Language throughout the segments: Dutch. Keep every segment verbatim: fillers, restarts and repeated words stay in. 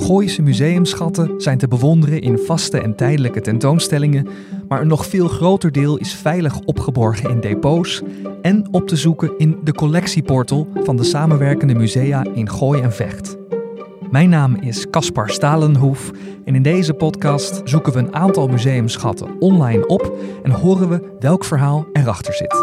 Gooise museumschatten zijn te bewonderen in vaste en tijdelijke tentoonstellingen, maar een nog veel groter deel is veilig opgeborgen in depots en op te zoeken in de collectieportal van de samenwerkende musea in Gooi en Vecht. Mijn naam is Caspar Stalenhoef en in deze podcast zoeken we een aantal museumschatten online op en horen we welk verhaal erachter zit.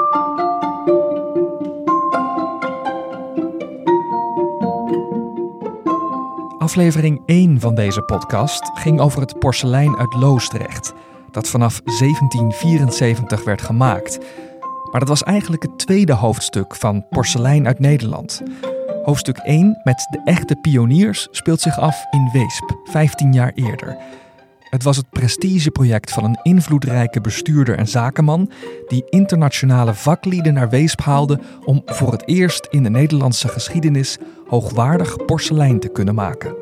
Aflevering één van deze podcast ging over het porselein uit Loosdrecht, dat vanaf zeventien vierenzeventig werd gemaakt. Maar dat was eigenlijk het tweede hoofdstuk van Porselein uit Nederland. Hoofdstuk één met de echte pioniers speelt zich af in Weesp, vijftien jaar eerder. Het was het prestigeproject van een invloedrijke bestuurder en zakenman die internationale vaklieden naar Weesp haalde om voor het eerst in de Nederlandse geschiedenis hoogwaardig porselein te kunnen maken.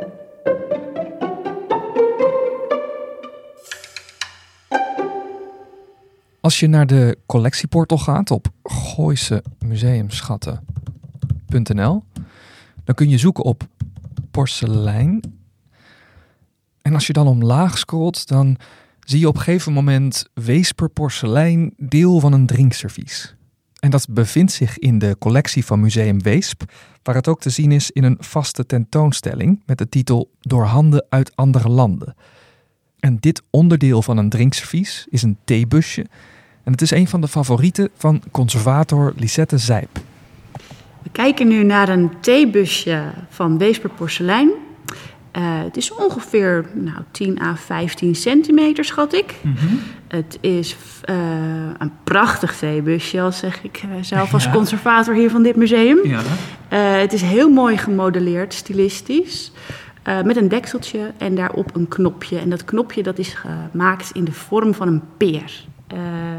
Als je naar de collectieportal gaat op gooise museumschatten punt n l, dan kun je zoeken op porselein. En als je dan omlaag scrolt, dan zie je op een gegeven moment Weesper porselein, deel van een drinkservies. En dat bevindt zich in de collectie van Museum Weesp, waar het ook te zien is in een vaste tentoonstelling met de titel Door handen uit andere landen. En dit onderdeel van een drinkservies is een theebusje en het is een van de favorieten van conservator Lisette Zijp. We kijken nu naar een theebusje van Weesper porselein. Uh, het is ongeveer nou, tien à vijftien centimeter, schat ik. Mm-hmm. Het is uh, een prachtig theebusje, al zeg ik uh, zelf als ja. conservator hier van dit museum. Ja. Uh, het is heel mooi gemodelleerd, stilistisch. Uh, met een dekseltje en daarop een knopje. En dat knopje dat is gemaakt in de vorm van een peer. Uh,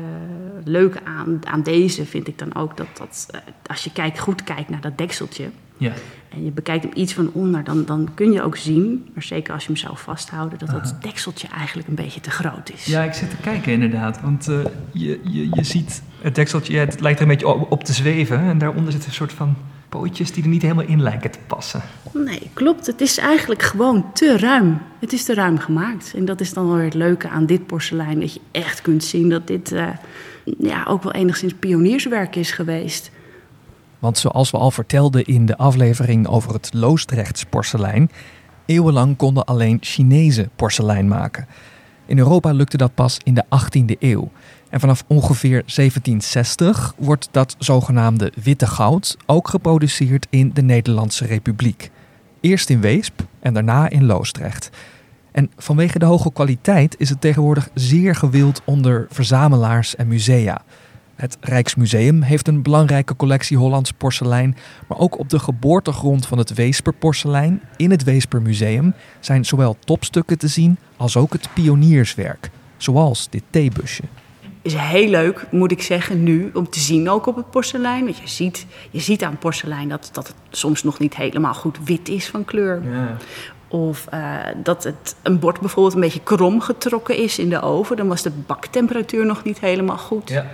leuk aan, aan deze vind ik dan ook dat, dat uh, als je kijkt, goed kijkt naar dat dekseltje... Ja. En je bekijkt hem iets van onder, dan, dan kun je ook zien, maar zeker als je hem zou vasthouden, dat dat dekseltje eigenlijk een beetje te groot is. Ja, ik zit te kijken inderdaad, want uh, je, je, je ziet het dekseltje, ja, het lijkt er een beetje op, op te zweven en daaronder zitten een soort van pootjes die er niet helemaal in lijken te passen. Nee, klopt. Het is eigenlijk gewoon te ruim. Het is te ruim gemaakt. En dat is dan wel weer het leuke aan dit porselein, dat je echt kunt zien dat dit uh, ja, ook wel enigszins pionierswerk is geweest. Want zoals we al vertelden in de aflevering over het Loosdrechts porselein, eeuwenlang konden alleen Chinezen porselein maken. In Europa lukte dat pas in de achttiende eeuw. En vanaf ongeveer zeventien zestig wordt dat zogenaamde witte goud ook geproduceerd in de Nederlandse Republiek. Eerst in Weesp en daarna in Loosdrecht. En vanwege de hoge kwaliteit is het tegenwoordig zeer gewild onder verzamelaars en musea. Het Rijksmuseum heeft een belangrijke collectie Hollands porselein, maar ook op de geboortegrond van het Weesper porselein, in het Weesper Museum, zijn zowel topstukken te zien als ook het pionierswerk, zoals dit theebusje. Is heel leuk, moet ik zeggen, nu om te zien ook op het porselein. Want je ziet, je ziet aan porselein dat, dat het soms nog niet helemaal goed wit is van kleur. Ja. Of uh, dat het een bord bijvoorbeeld een beetje krom getrokken is in de oven. Dan was de baktemperatuur nog niet helemaal goed. Ja.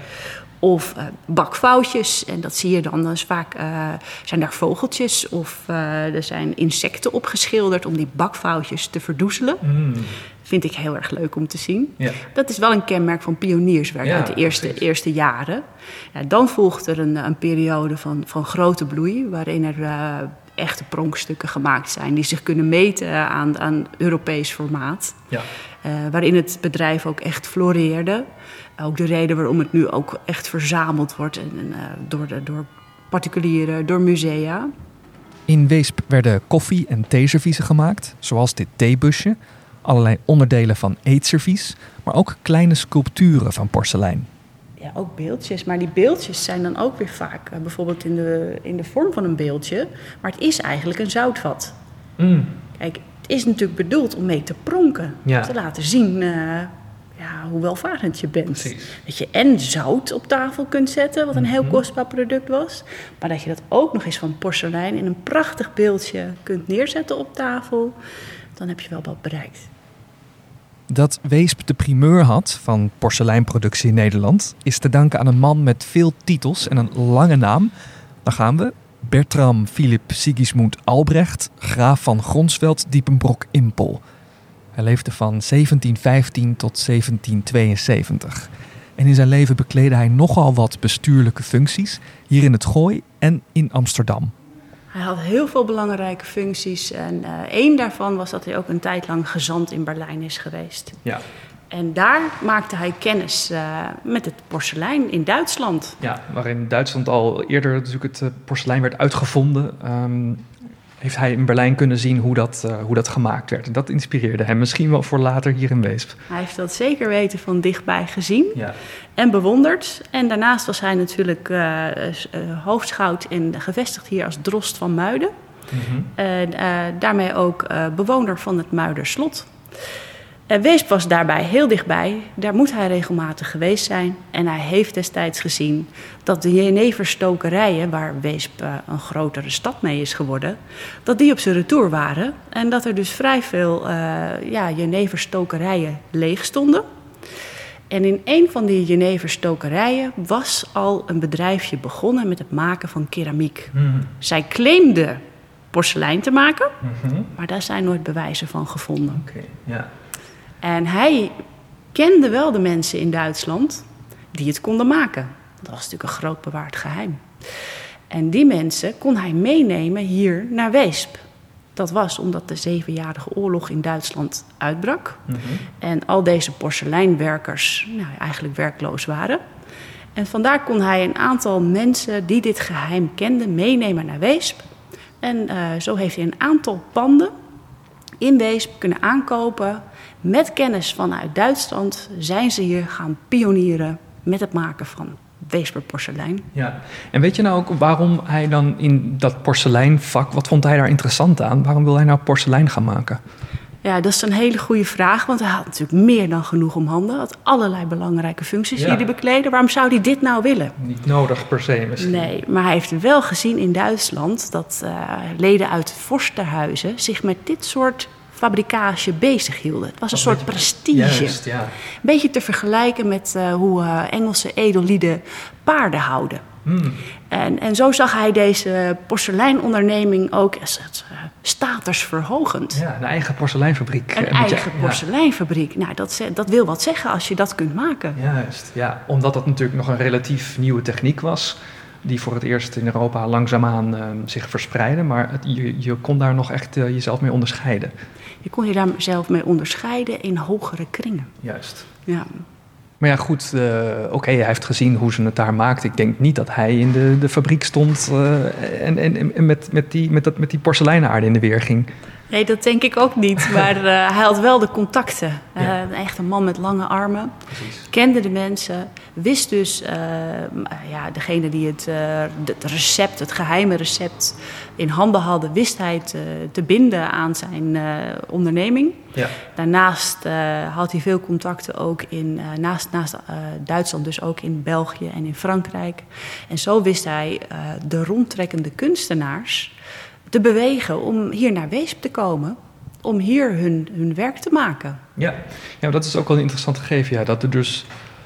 Of uh, bakfoutjes, en dat zie je dan. Dan is vaak uh, zijn daar vogeltjes of uh, er zijn insecten opgeschilderd om die bakfoutjes te verdoezelen. Mm. Vind ik heel erg leuk om te zien. Ja. Dat is wel een kenmerk van pionierswerk ja, uit de eerste, eerste jaren. Ja, dan volgt er een, een periode van, van grote bloei, waarin er uh, echte pronkstukken gemaakt zijn die zich kunnen meten aan, aan Europees formaat. Ja. Uh, waarin het bedrijf ook echt floreerde. Ook de reden waarom het nu ook echt verzameld wordt en, en, uh, door, de, door particulieren, door musea. In Weesp werden koffie- en theeserviezen gemaakt, zoals dit theebusje. Allerlei onderdelen van eetservies, maar ook kleine sculpturen van porselein. Ja, ook beeldjes. Maar die beeldjes zijn dan ook weer vaak uh, bijvoorbeeld in de, in de vorm van een beeldje. Maar het is eigenlijk een zoutvat. Mm. Kijk, het is natuurlijk bedoeld om mee te pronken. Ja. Te laten zien uh, ja, hoe welvarend je bent. Precies. Dat je en zout op tafel kunt zetten, wat een heel mm-hmm. kostbaar product was. Maar dat je dat ook nog eens van porselein in een prachtig beeldje kunt neerzetten op tafel. Dan heb je wel wat bereikt. Dat Weesp de primeur had van porseleinproductie in Nederland is te danken aan een man met veel titels en een lange naam. Dan gaan we. Bertram Philipp Sigismund Albrecht, graaf van Gronsveld-Diepenbrock-Impel. Hij leefde van zeventien vijftien tot zeventien tweeënzeventig. En in zijn leven bekleedde hij nogal wat bestuurlijke functies, hier in het Gooi en in Amsterdam. Hij had heel veel belangrijke functies en uh, één daarvan was dat hij ook een tijd lang gezant in Berlijn is geweest. Ja. En daar maakte hij kennis uh, met het porselein in Duitsland. Ja, waarin Duitsland al eerder natuurlijk het uh, porselein werd uitgevonden, um, heeft hij in Berlijn kunnen zien hoe dat, uh, hoe dat gemaakt werd. En dat inspireerde hem misschien wel voor later hier in Weesp. Hij heeft dat zeker weten van dichtbij gezien ja. en bewonderd. En daarnaast was hij natuurlijk uh, uh, hoofdschout en gevestigd hier als drost van Muiden. Mm-hmm. En uh, daarmee ook uh, bewoner van het Muiderslot. Uh, Weesp was daarbij heel dichtbij. Daar moet hij regelmatig geweest zijn. En hij heeft destijds gezien dat de jeneverstokerijen, waar Weesp uh, een grotere stad mee is geworden, dat die op zijn retour waren. En dat er dus vrij veel uh, ja, jeneverstokerijen leeg stonden. En in een van die jeneverstokerijen was al een bedrijfje begonnen met het maken van keramiek. Mm. Zij claimde porselein te maken, mm-hmm. maar daar zijn nooit bewijzen van gevonden. Okay, yeah. En hij kende wel de mensen in Duitsland die het konden maken. Dat was natuurlijk een groot bewaard geheim. En die mensen kon hij meenemen hier naar Weesp. Dat was omdat de Zevenjarige Oorlog in Duitsland uitbrak. Mm-hmm. En al deze porseleinwerkers nou, eigenlijk werkloos waren. En vandaar kon hij een aantal mensen die dit geheim kenden meenemen naar Weesp. En uh, zo heeft hij een aantal panden in Weesp kunnen aankopen. Met kennis vanuit Duitsland zijn ze hier gaan pionieren met het maken van Weesper porselein. Ja, en weet je nou ook waarom hij dan in dat porseleinvak, wat vond hij daar interessant aan? Waarom wil hij nou porselein gaan maken? Ja, dat is een hele goede vraag, want hij had natuurlijk meer dan genoeg om handen. Hij had allerlei belangrijke functies ja. die hij bekleedde. Waarom zou hij dit nou willen? Niet nodig per se misschien. Nee, maar hij heeft wel gezien in Duitsland dat uh, leden uit vorstenhuizen zich met dit soort fabricage bezig hielden. Het was een, een soort prestige. Juist, ja. Een beetje te vergelijken met uh, hoe uh, Engelse edellieden paarden houden. Hmm. En, en zo zag hij deze porseleinonderneming ook als het, uh, statusverhogend. Ja, een eigen porseleinfabriek. Een eigen je, porseleinfabriek. Ja. Nou, dat, dat wil wat zeggen als je dat kunt maken. Juist, ja. Omdat dat natuurlijk nog een relatief nieuwe techniek was, die voor het eerst in Europa langzaamaan uh, zich verspreidde. Maar het, je, je kon daar nog echt uh, jezelf mee onderscheiden. Je kon je daar zelf mee onderscheiden in hogere kringen. Juist. Ja. Maar ja, goed, uh, oké, okay, hij heeft gezien hoe ze het daar maakten. Ik denk niet dat hij in de, de fabriek stond uh, en, en, en met, met, die, met, dat, met die porseleinaarde in de weer ging. Nee, dat denk ik ook niet. Maar uh, hij had wel de contacten. Uh, ja. Echt een man met lange armen. Precies. Kende de mensen. Wist dus, uh, ja, degene die het, uh, het recept, het geheime recept in handen hadden, wist hij te, te binden aan zijn uh, onderneming. Ja. Daarnaast uh, had hij veel contacten ook in, uh, naast, naast uh, Duitsland, dus ook in België en in Frankrijk. En zo wist hij uh, de rondtrekkende kunstenaars te bewegen om hier naar Weesp te komen, om hier hun, hun werk te maken. Ja. Ja, dat is ook wel een interessant gegeven. Ja, dat er dus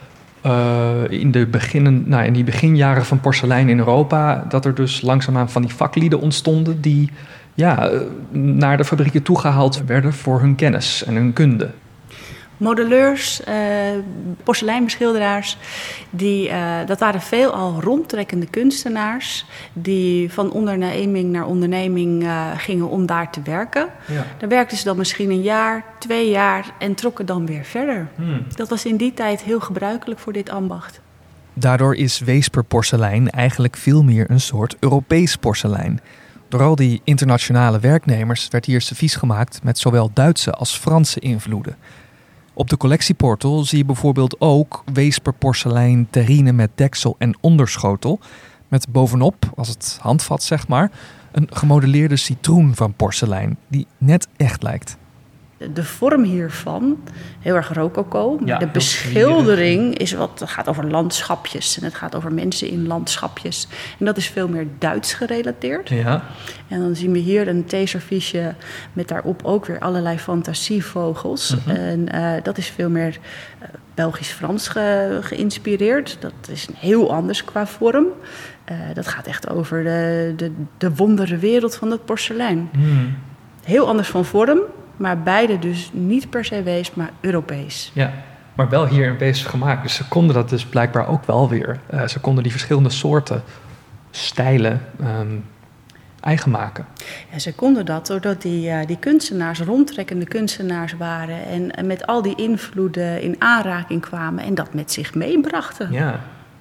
uh, in, de beginnen, nou, in die beginjaren van porselein in Europa, dat er dus langzaamaan van die vaklieden ontstonden die ja, naar de fabrieken toegehaald werden voor hun kennis en hun kunde. Modelleurs, uh, porseleinbeschilderaars, die, uh, dat waren veelal rondtrekkende kunstenaars die van onderneming naar onderneming uh, gingen om daar te werken. Ja. Daar werkten ze dan misschien een jaar, twee jaar en trokken dan weer verder. Hmm. Dat was in die tijd heel gebruikelijk voor dit ambacht. Daardoor is Weesper porselein eigenlijk veel meer een soort Europees porselein. Door al die internationale werknemers werd hier servies gemaakt met zowel Duitse als Franse invloeden. Op de collectieportal zie je bijvoorbeeld ook Weesper porselein terrine met deksel en onderschotel. Met bovenop, als het handvat zeg maar, een gemodelleerde citroen van porselein die net echt lijkt. de vorm hiervan, heel erg rococo. Maar Ja, de beschildering is wat, het gaat over landschapjes. En het gaat over mensen in landschapjes. En dat is veel meer Duits gerelateerd. Ja. En dan zien we hier een theeserviesje met daarop ook weer allerlei fantasievogels. Mm-hmm. En uh, dat is veel meer uh, Belgisch-Frans ge, geïnspireerd. Dat is heel anders qua vorm. Uh, dat gaat echt over de, de, de wondere wereld van het porselein. Mm. Heel anders van vorm, maar beide dus niet per se Wees, maar Europees. Ja, maar wel hier in Wees gemaakt. Dus ze konden dat dus blijkbaar ook wel weer. Uh, ze konden die verschillende soorten stijlen um, eigen maken. Ja, ze konden dat doordat die, uh, die kunstenaars rondtrekkende kunstenaars waren en, en met al die invloeden in aanraking kwamen en dat met zich meebrachten. Ja.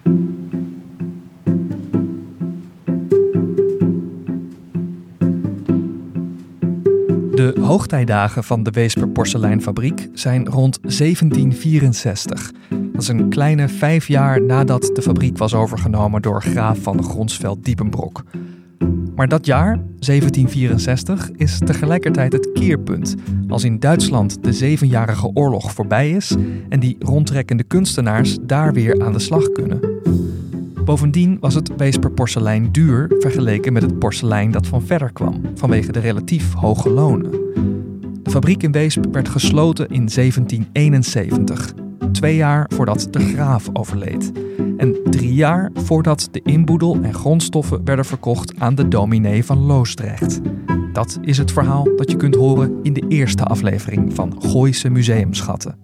De hoogtijdagen van de Weesper Porseleinfabriek zijn rond zeventien vierenzestig. Dat is een kleine vijf jaar nadat de fabriek was overgenomen door graaf van Gronsveld-Diepenbrock. Maar dat jaar, zeventien vierenzestig, is tegelijkertijd het keerpunt. Als in Duitsland de zevenjarige oorlog voorbij is en die rondtrekkende kunstenaars daar weer aan de slag kunnen. Bovendien was het Weesper porselein duur vergeleken met het porselein dat van verder kwam, vanwege de relatief hoge lonen. De fabriek in Weesp werd gesloten in zeventien eenenzeventig, twee jaar voordat de graaf overleed. En drie jaar voordat de inboedel en grondstoffen werden verkocht aan de dominee van Loosdrecht. Dat is het verhaal dat je kunt horen in de eerste aflevering van Gooise Museumschatten.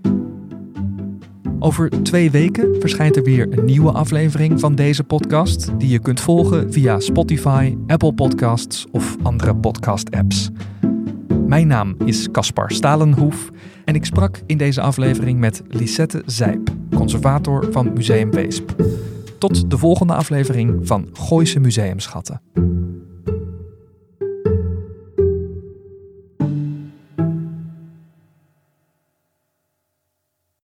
Over twee weken verschijnt er weer een nieuwe aflevering van deze podcast, die je kunt volgen via Spotify, Apple Podcasts of andere podcast-apps. Mijn naam is Caspar Stalenhoef en ik sprak in deze aflevering met Lisette Zijp, conservator van Museum Weesp. Tot de volgende aflevering van Gooise Museumschatten.